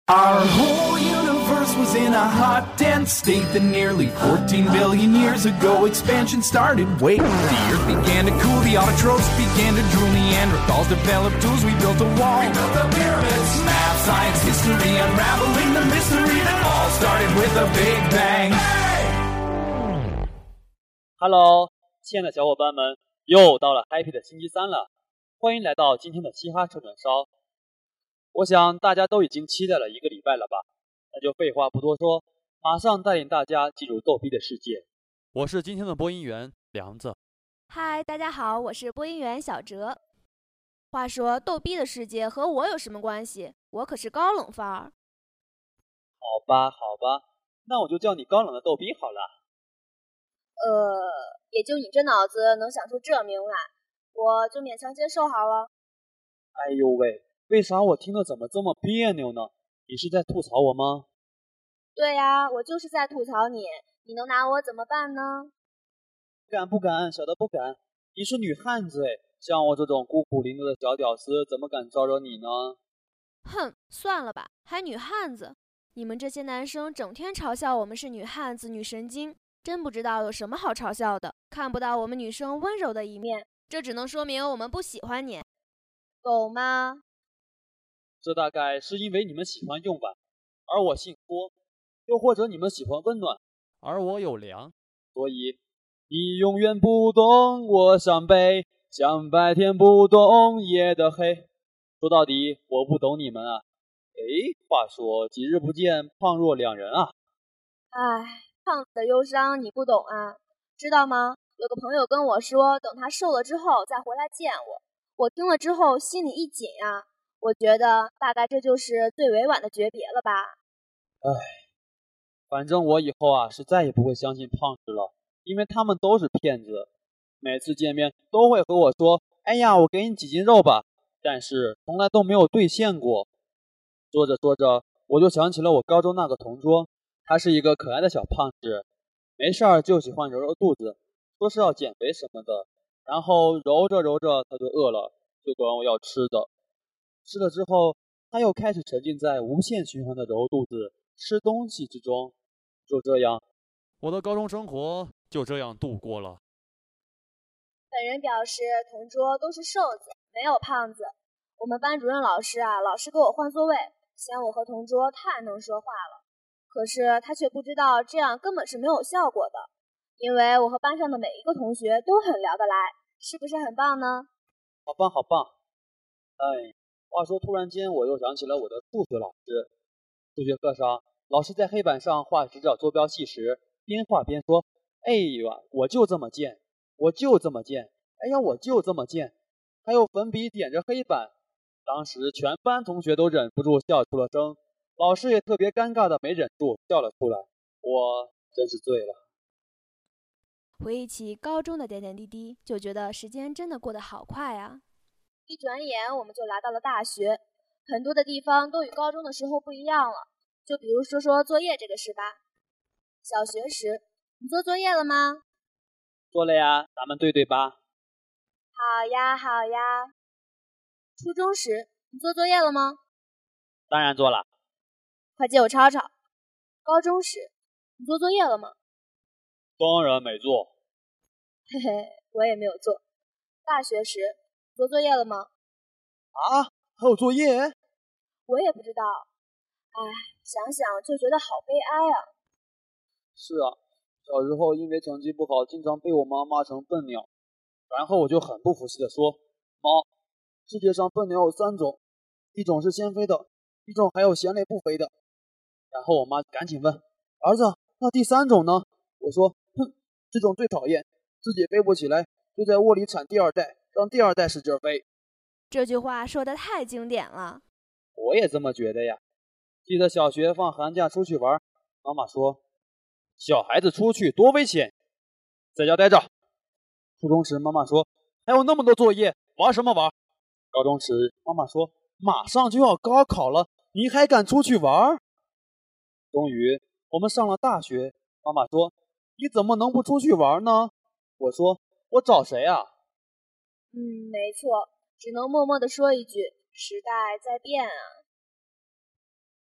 Our whole universe was in a hot, dense state that nearly 14 billion years ago expansion started. Wait, the earth began to cool, the autotrophs began to drool, Neanderthals developed tools, we built a wall. We built the pyramids. Math, science, history, unraveling the mystery that all started with a big bang. Hello， 亲爱的小伙伴们，又到了 Happy 的星期三了，欢迎来到今天的嘻哈车转烧。我想大家都已经期待了1个礼拜了吧？那就废话不多说，马上带领大家进入逗逼的世界。我是今天的播音员梁子。 嗨，大家好，我是播音员小哲。话说逗逼的世界和我有什么关系？我可是高冷范儿。 好吧，那我就叫你高冷的逗逼好了。 也就你这脑子能想出这名来，我就勉强接受好了。 哎呦喂，为啥我听了怎么这么别扭呢？你是在吐槽我吗？ 对呀，我就是在吐槽你，你能拿我怎么办呢？ 不敢，小的不敢。你是女汉子哎，像我这种孤苦伶仃的小屌丝，怎么敢招惹你呢？ 哼，算了吧，还女汉子？你们这些男生整天嘲笑我们是女汉子、女神经，真不知道有什么好嘲笑的，看不到我们女生温柔的一面，这只能说明我们不喜欢你，懂吗？ 这大概是因为你们喜欢用碗，而我姓郭，又或者你们喜欢温暖，而我有凉，所以你永远不懂我伤悲，像白天不懂夜的黑。说到底，我不懂你们啊。话说几日不见，胖若两人啊。 唉，胖子的忧伤你不懂啊，知道吗？有个朋友跟我说，等他瘦了之后再回来见我。我听了之后心里一紧啊，我觉得大概这就是最委婉的诀别了吧。 反正我以后啊是再也不会相信胖子了，因为他们都是骗子。每次见面都会和我说，哎呀，我给你几斤肉吧，但是从来都没有兑现过。说着说着，我就想起了我高中那个同桌，他是一个可爱的小胖子，没事儿就喜欢揉揉肚子，说是要减肥什么的，然后揉着揉着他就饿了，就管我要吃的。吃了之后，他又开始沉浸在无限循环的揉肚子、吃东西之中。就这样，我的高中生活就这样度过了。 本人表示，同桌都是瘦子，没有胖子。我们班主任老师啊，老是给我换座位，嫌我和同桌太能说话了。可是他却不知道这样根本是没有效果的，因为我和班上的每一个同学都很聊得来，是不是很棒呢？ 好棒！话说突然间我又想起了我的数学老师。数学课上，老师在黑板上画直角坐标系时，边画边说，哎呀，我就这么贱，我就这么贱，哎呀，我就这么贱，还有粉笔点着黑板。当时全班同学都忍不住笑出了声，老师也特别尴尬的没忍住笑了出来。我真是醉了。 回忆起高中的点点滴滴，就觉得时间真的过得好快啊！一转眼我们就来到了大学，很多的地方都与高中的时候不一样了。就比如说作业这个事吧。小学时，你做作业了吗？ 做了呀，咱们对吧？ 好呀。初中时，你做作业了吗？ 当然做了。 快借我抄抄。高中时，你做作业了吗？ 当然没做。 嘿嘿，我也没有做。大学时，做作业了吗？ 啊，还有作业？ 我也不知道。想想就觉得好悲哀啊。 是啊，小时候因为成绩不好，经常被我妈骂成笨鸟，然后我就很不服气地说，妈，世界上笨鸟有3种，一种是先飞的，一种还有衔累不飞的。然后我妈赶紧问，儿子，那第3种呢？我说，哼，这种最讨厌，自己飞不起来，就在窝里产第2代，让第2代使劲飞。 这句话说得太经典了。 我也这么觉得呀。记得小学放寒假出去玩，妈妈说，小孩子出去多危险，在家待着。初中时妈妈说，还有那么多作业，玩什么玩？高中时妈妈说，马上就要高考了，你还敢出去玩？终于我们上了大学，妈妈说，你怎么能不出去玩呢？我说，我找谁啊？ 没错，只能默默地说一句，时代在变啊。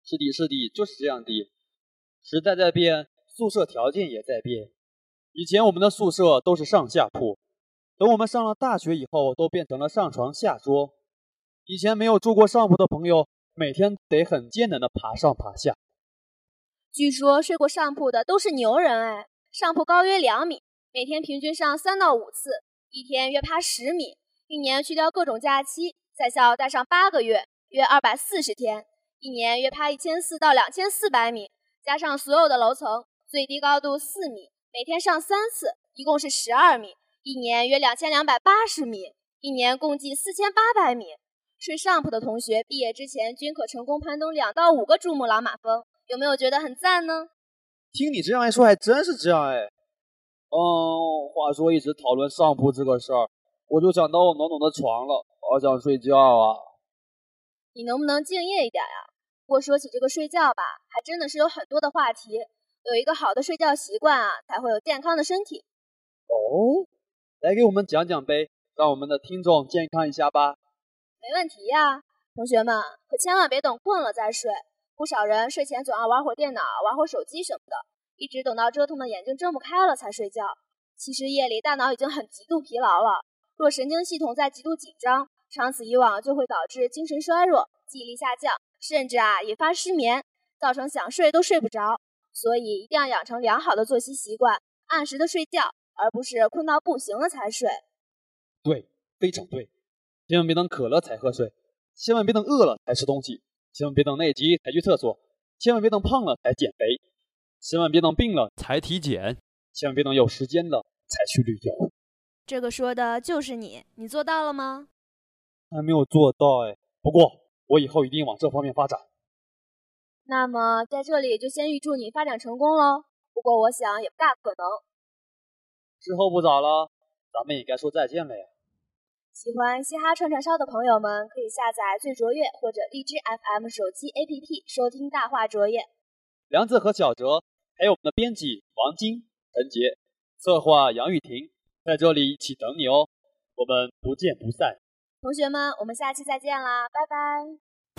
是的，就是这样的。时代在变，宿舍条件也在变。以前我们的宿舍都是上下铺，等我们上了大学以后，都变成了上床下桌。以前没有住过上铺的朋友，每天得很艰难的爬上爬下。 据说睡过上铺的都是牛人哎，上铺高约2米，每天平均上3到5次，一天约爬10米，一年去掉各种假期，在校待上8个月，约240天，一年约爬1400到2400米，加上所有的楼层，最低高度4米，每天上3次，一共是12米，一年约2280米，一年共计4800米。睡上铺的同学毕业之前均可成功攀登2到5个珠穆朗玛峰，有没有觉得很赞呢？ 听你这样一说，还真是这样哎。话说一直讨论上铺这个事儿，我就想到我暖暖的床了，好想睡觉啊。 你能不能敬业一点呀？不过说起这个睡觉吧，还真的是有很多的话题。有一个好的睡觉习惯啊，才会有健康的身体。 哦，来给我们讲讲呗，让我们的听众健康一下吧。 没问题呀，同学们可千万别等困了再睡。不少人睡前总要玩会电脑，玩会手机什么的，一直等到折腾的眼睛睁不开了才睡觉。其实夜里大脑已经很极度疲劳了，若神经系统在极度紧张，长此以往就会导致精神衰弱、记忆力下降，甚至引发失眠，造成想睡都睡不着。所以一定要养成良好的作息习惯，按时的睡觉，而不是困到不行了才睡。 对，非常对。千万别等渴了才喝水，千万别等饿了才吃东西，千万别等内急才去厕所，千万别等胖了才减肥，千万别等病了才体检，千万别等有时间了才去旅游。 这个说的就是你，你做到了吗？ 还没有做到哎，不过我以后一定往这方面发展。 那么在这里就先预祝你发展成功喽。不过我想也不大可能。 时候不早了，咱们也该说再见了呀。 喜欢嘻哈串串烧的朋友们，可以下载最卓越或者荔枝 FM 手机 APP 收听大话卓越。 梁子和小哲，还有我们的编辑王晶、陈杰，策划杨雨婷，在这里一起等你哦。我们不见不散。 同学们，我们下期再见啦，拜拜。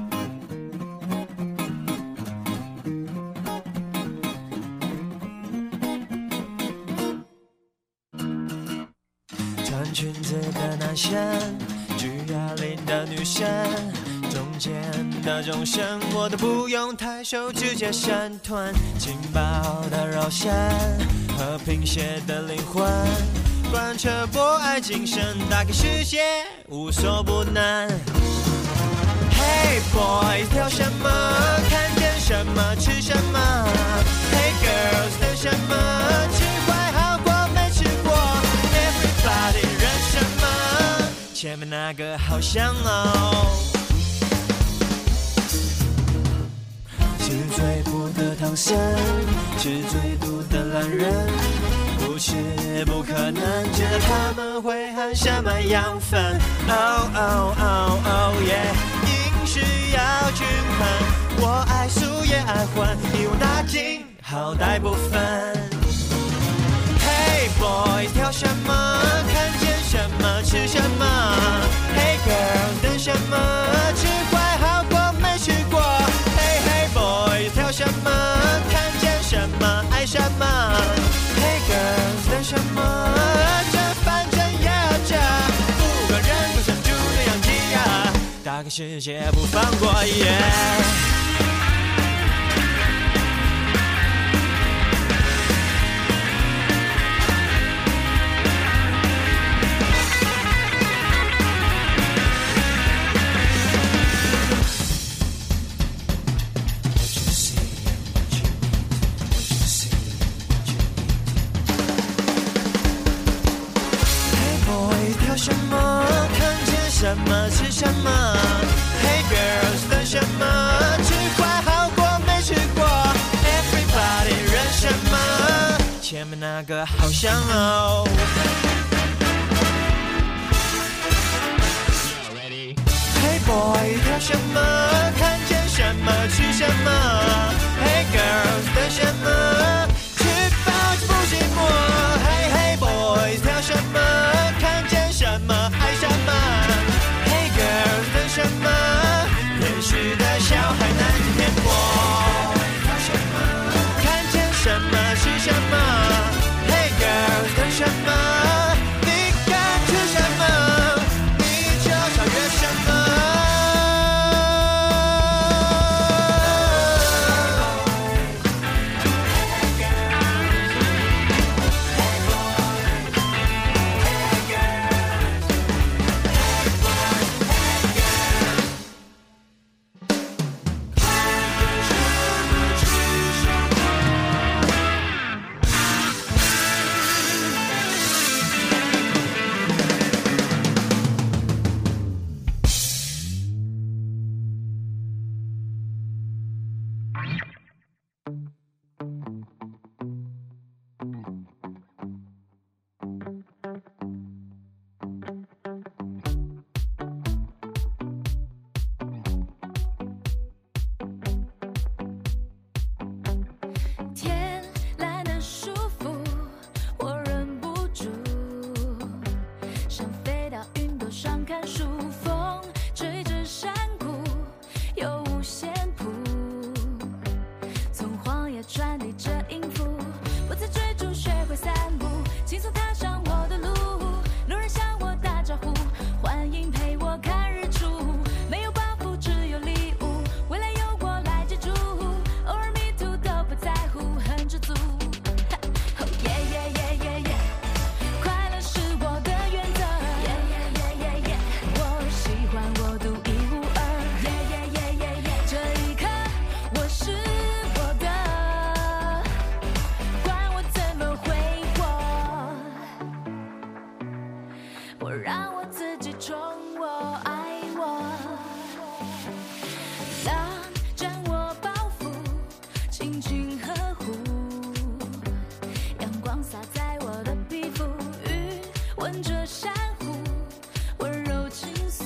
穿裙子的男生，举哑铃的女生，中间的众生我都不用抬手直接闪团，劲爆的肉身和贫血的灵魂，贯彻博爱精神，打开世界无所不能。Hey boys， 挑什么？看见什么吃什么 ？Hey girls， 等什么？吃坏好过没吃过 ？Everybody， 认什么？前面那个好香哦。是最富的唐僧，是最毒的懒人，不是不可能，知道他们会含什么养分。Oh oh oh oh yeah。是要均衡，我爱素也爱荤，一网打尽，好歹不分。Hey boys， 挑什么？看见什么吃什么 ？Hey girls， 等什么？吃坏好过没吃过。Hey hey boys， 挑什么？看见什么爱什么 ？Hey girls， 等什么？这反正也这，不管人口生猪的养鸡呀。打开世界不放过Hey boy， 挑什么？看见什么吃什么 ？Hey girls， 等什么？吃坏好过没吃过 ？Everybody， 认什么？前面那个好香哦。Hey boy， 挑什么？看见什么吃什么 ？Hey girls， 等什么？吃饱就不寂寞。Hey hey boys， 挑什么？看见什么爱什么 ？Hey girls， 等什么？厌世的小孩难以填补。 轻轻呵护，阳光洒在我的皮肤，雨吻着珊瑚，温柔倾诉。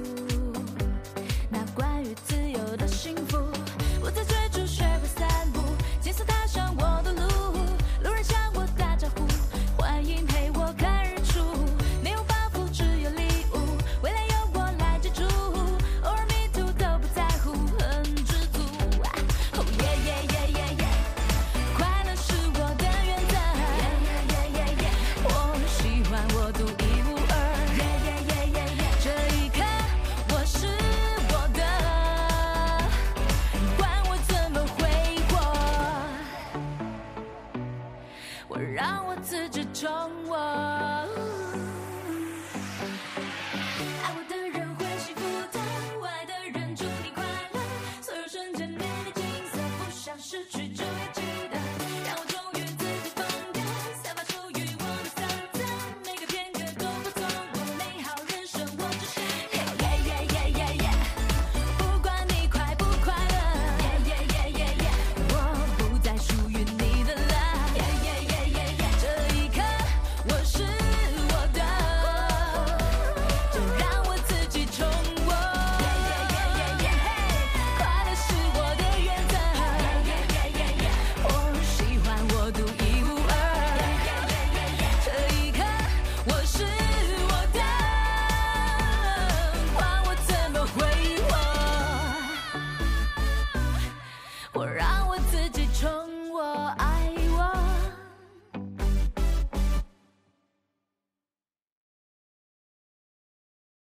那关于自由的幸福，我在追逐，学会散步，金色踏上我的路，路人向我打招呼，欢迎陪我看日出。没有包袱，只有礼物，未来由我来接住，偶尔迷途都不在乎，很知足。哦耶耶耶耶耶，快乐是我的原则。耶耶耶耶耶，我喜欢我独一无二。耶耶耶耶耶，这一刻我是我的，管我怎么挥霍，我让我自己宠我。